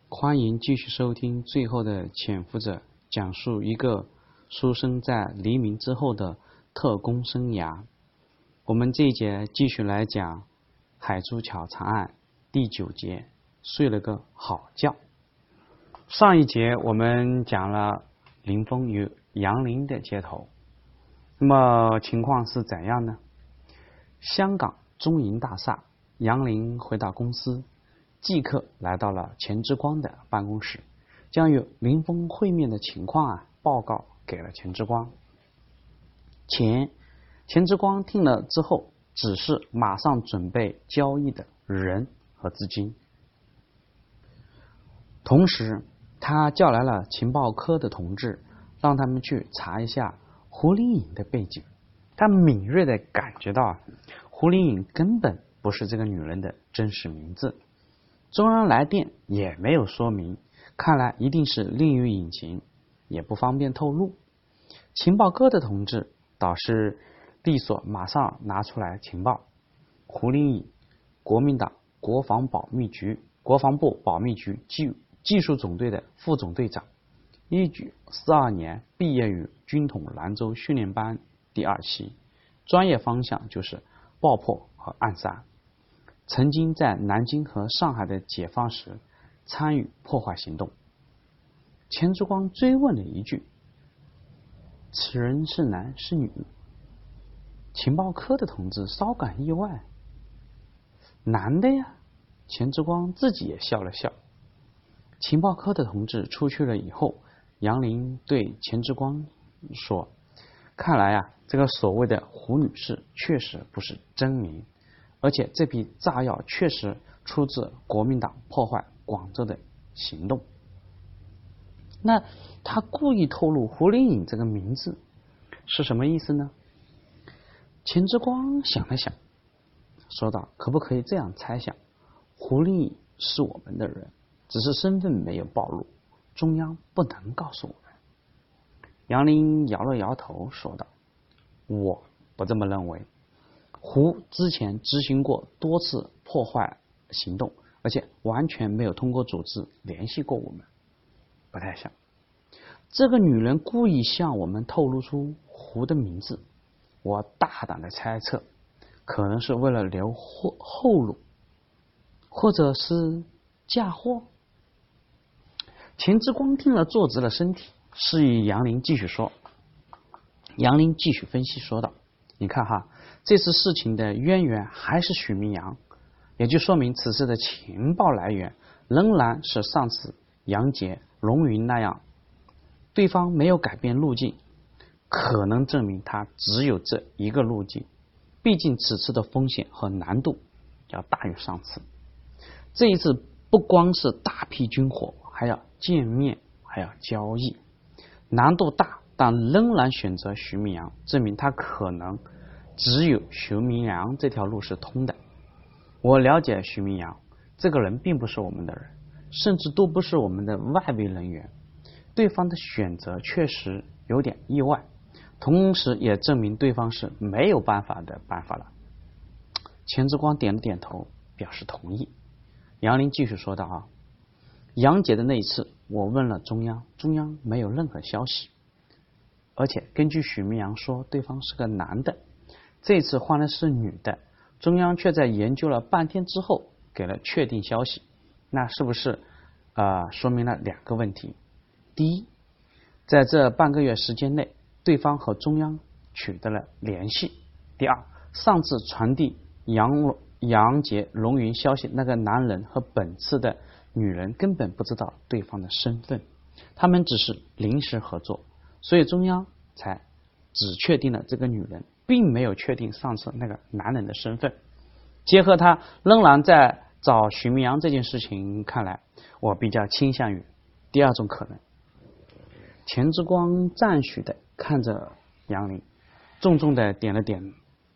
欢迎继续收听最后的潜伏者，讲述一个书生在黎明之后的特工生涯。我们这一节继续来讲海珠桥长案第9节，睡了个好觉。上一节我们讲了林峰与杨林的接头，那么情况是怎样呢？香港中银大厦，杨林回到公司，即刻来到了钱之光的办公室，将与林峰会面的情况报告给了钱之光。钱之光听了之后，只是马上准备交易的人和资金，同时他叫来了情报科的同志，让他们去查一下胡林颖的背景。他敏锐地感觉到胡林颖根本不是这个女人的真实名字，中央来电也没有说明，看来一定是另有隐情，也不方便透露。情报科的同志倒是利索，马上拿出来情报。胡林颖，国民党国防部保密局技术总队的副总队长，1942年毕业于军统兰州训练班第2期，专业方向就是爆破和暗杀，曾经在南京和上海的解放时参与破坏行动。钱之光追问了一句：此人是男是女？情报科的同志稍感意外：男的呀。钱之光自己也笑了笑。情报科的同志出去了以后，杨林对钱之光说：看来这个所谓的胡女士确实不是真名，而且这批炸药确实出自国民党破坏广州的行动。那他故意透露胡林颖这个名字是什么意思呢？钱之光想了想，说道：可不可以这样猜想，胡林颖是我们的人，只是身份没有暴露，中央不能告诉我们。杨林摇了摇头说道：我不这么认为，胡之前执行过多次破坏行动，而且完全没有通过组织联系过我们，不太像。这个女人故意向我们透露出胡的名字，我大胆的猜测，可能是为了留后路，或者是嫁祸。钱之光听了坐直了身体，示意杨林继续说。杨林继续分析说道：你看这次事情的渊源还是许明阳，也就说明此次的情报来源仍然是上次杨杰、龙云那样，对方没有改变路径，可能证明他只有这一个路径，毕竟此次的风险和难度要大于上次。这一次不光是大批军火，还要见面，还要交易，难度大，但仍然选择徐明阳，证明他可能只有徐明阳这条路是通的。我了解徐明阳这个人并不是我们的人，甚至都不是我们的外围人员，对方的选择确实有点意外，同时也证明对方是没有办法的办法了。钱之光点了点头，表示同意。杨林继续说道：杨姐的那一次我问了中央，中央没有任何消息，而且根据许明阳说对方是个男的，这次换的是女的，中央却在研究了半天之后给了确定消息。那是不是说明了2个问题？第一，在这半个月时间内对方和中央取得了联系。第二，上次传递杨杰、龙云消息那个男人和本次的女人根本不知道对方的身份，他们只是临时合作，所以中央才只确定了这个女人，并没有确定上次那个男人的身份。结合他仍然在找许明阳这件事情看来，我比较倾向于第2种可能。钱之光赞许的看着杨林，重重的点了点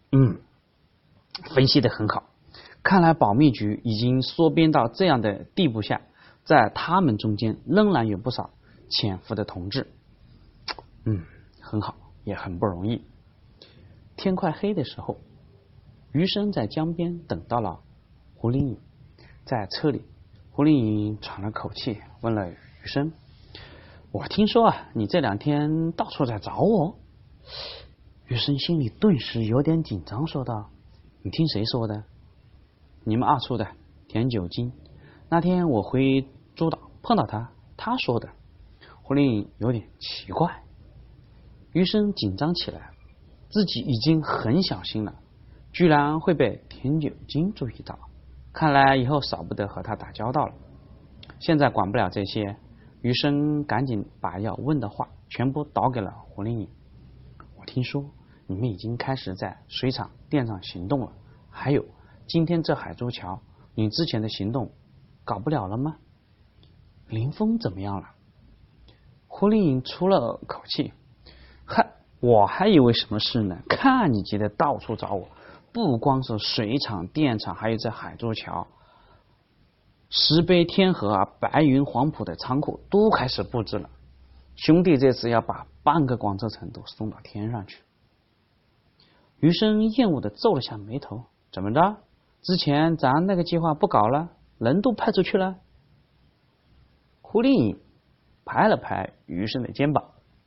分析的很好，看来保密局已经缩编到这样的地步下，在他们中间仍然有不少潜伏的同志。很好，也很不容易。天快黑的时候，余生在江边等到了胡林颖，在车里胡令颖喘了口气，问了余生：“我听说啊，你这2天到处在找我。”余生心里顿时有点紧张，说道：“你听谁说的？”“你们2处的田九金，那天我回诸岛碰到他说的。”胡令颖有点奇怪，余生紧张起来，自己已经很小心了，居然会被田九金注意到，看来以后少不得和他打交道了。现在管不了这些，余生赶紧把要问的话全部倒给了胡令颖。我听说你们已经开始在水厂电厂行动了，还有今天这海珠桥，你之前的行动搞不了了吗？林峰怎么样了？胡令颖出了口气：“嗨，我还以为什么事呢，看你急得到处找我，不光是水厂电厂，还有这海珠桥，石碑天河啊，白云黄埔的仓库都开始布置了，兄弟这次要把半个广州城都送到天上去。”余生厌恶的皱了下眉头：“怎么着？之前咱那个计划不搞了，人都派出去了？”胡令颖拍了拍余生的肩膀：“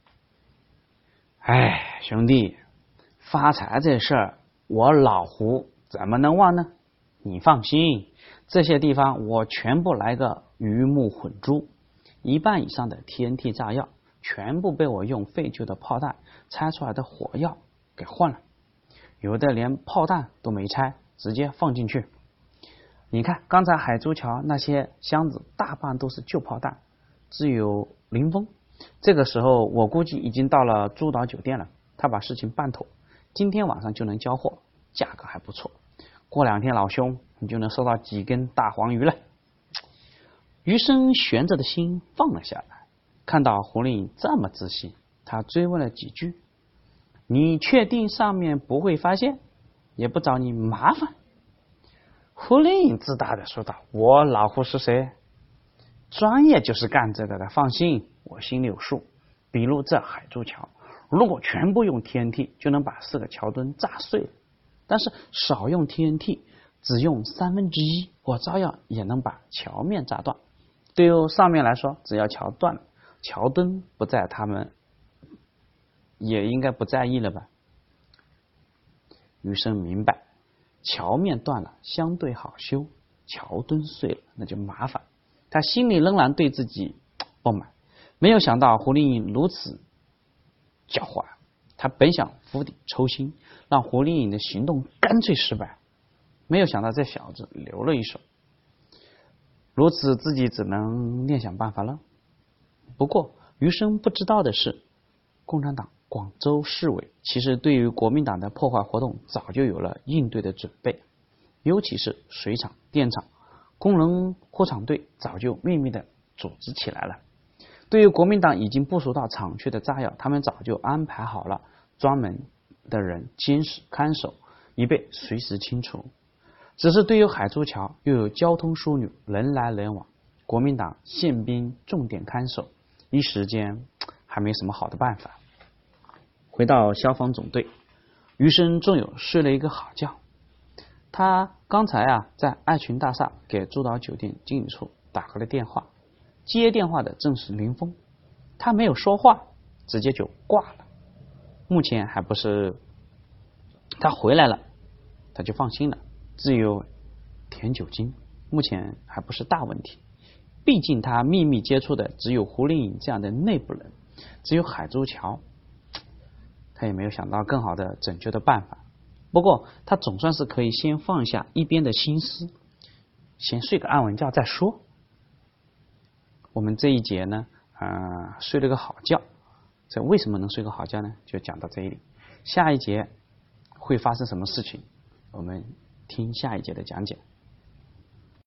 哎，兄弟，发财这事儿我老胡怎么能忘呢？你放心，这些地方我全部来个鱼目混珠，1半以上的 TNT 炸药全部被我用废旧的炮弹拆出来的火药给换了，有的连炮弹都没拆，直接放进去。你看刚才海珠桥那些箱子大半都是旧炮弹，只有林峰这个时候我估计已经到了诸岛酒店了，他把事情办妥，今天晚上就能交货，价格还不错，过2天老兄你就能收到几根大黄鱼了。”余生悬着的心放了下来，看到胡令颖这么自信，他追问了几句：“你确定上面不会发现，也不找你麻烦？”胡令颖自大的说道：“我老胡是谁？专业就是干这个的，放心，我心里有数。比如这海珠桥，如果全部用 TNT 就能把4个桥墩炸碎了，但是少用 TNT， 只用1/3，我照样也能把桥面炸断。对于上面来说，只要桥断了，桥墩不在，他们也应该不在意了吧？”余生明白，桥面断了相对好修，桥墩碎了那就麻烦。他心里仍然对自己不满，没有想到胡令颖如此狡猾，他本想釜底抽薪，让胡令颖的行动干脆失败，没有想到这小子留了一手，如此自己只能另想办法了。不过余生不知道的是，共产党广州市委其实对于国民党的破坏活动早就有了应对的准备，尤其是水厂电厂工人护厂队早就秘密的组织起来了。对于国民党已经部署到厂区的炸药，他们早就安排好了专门的人监视看守，以备随时清除。只是对于海珠桥又有交通枢纽，人来人往，国民党宪兵重点看守，一时间还没什么好的办法。回到消防总队，余生终有睡了一个好觉。他刚才在爱群大厦给诸岛酒店经理处打过了电话，接电话的正是林峰，他没有说话，直接就挂了。目前还不是，他回来了他就放心了，只有田九金目前还不是大问题，毕竟他秘密接触的只有胡令颖这样的内部人，只有海珠桥，他也没有想到更好的拯救的办法。不过他总算是可以先放下一边的心思，先睡个安稳觉再说。我们这一节呢睡了个好觉，这为什么能睡个好觉呢？就讲到这里，下一节会发生什么事情，我们听下一节的讲解。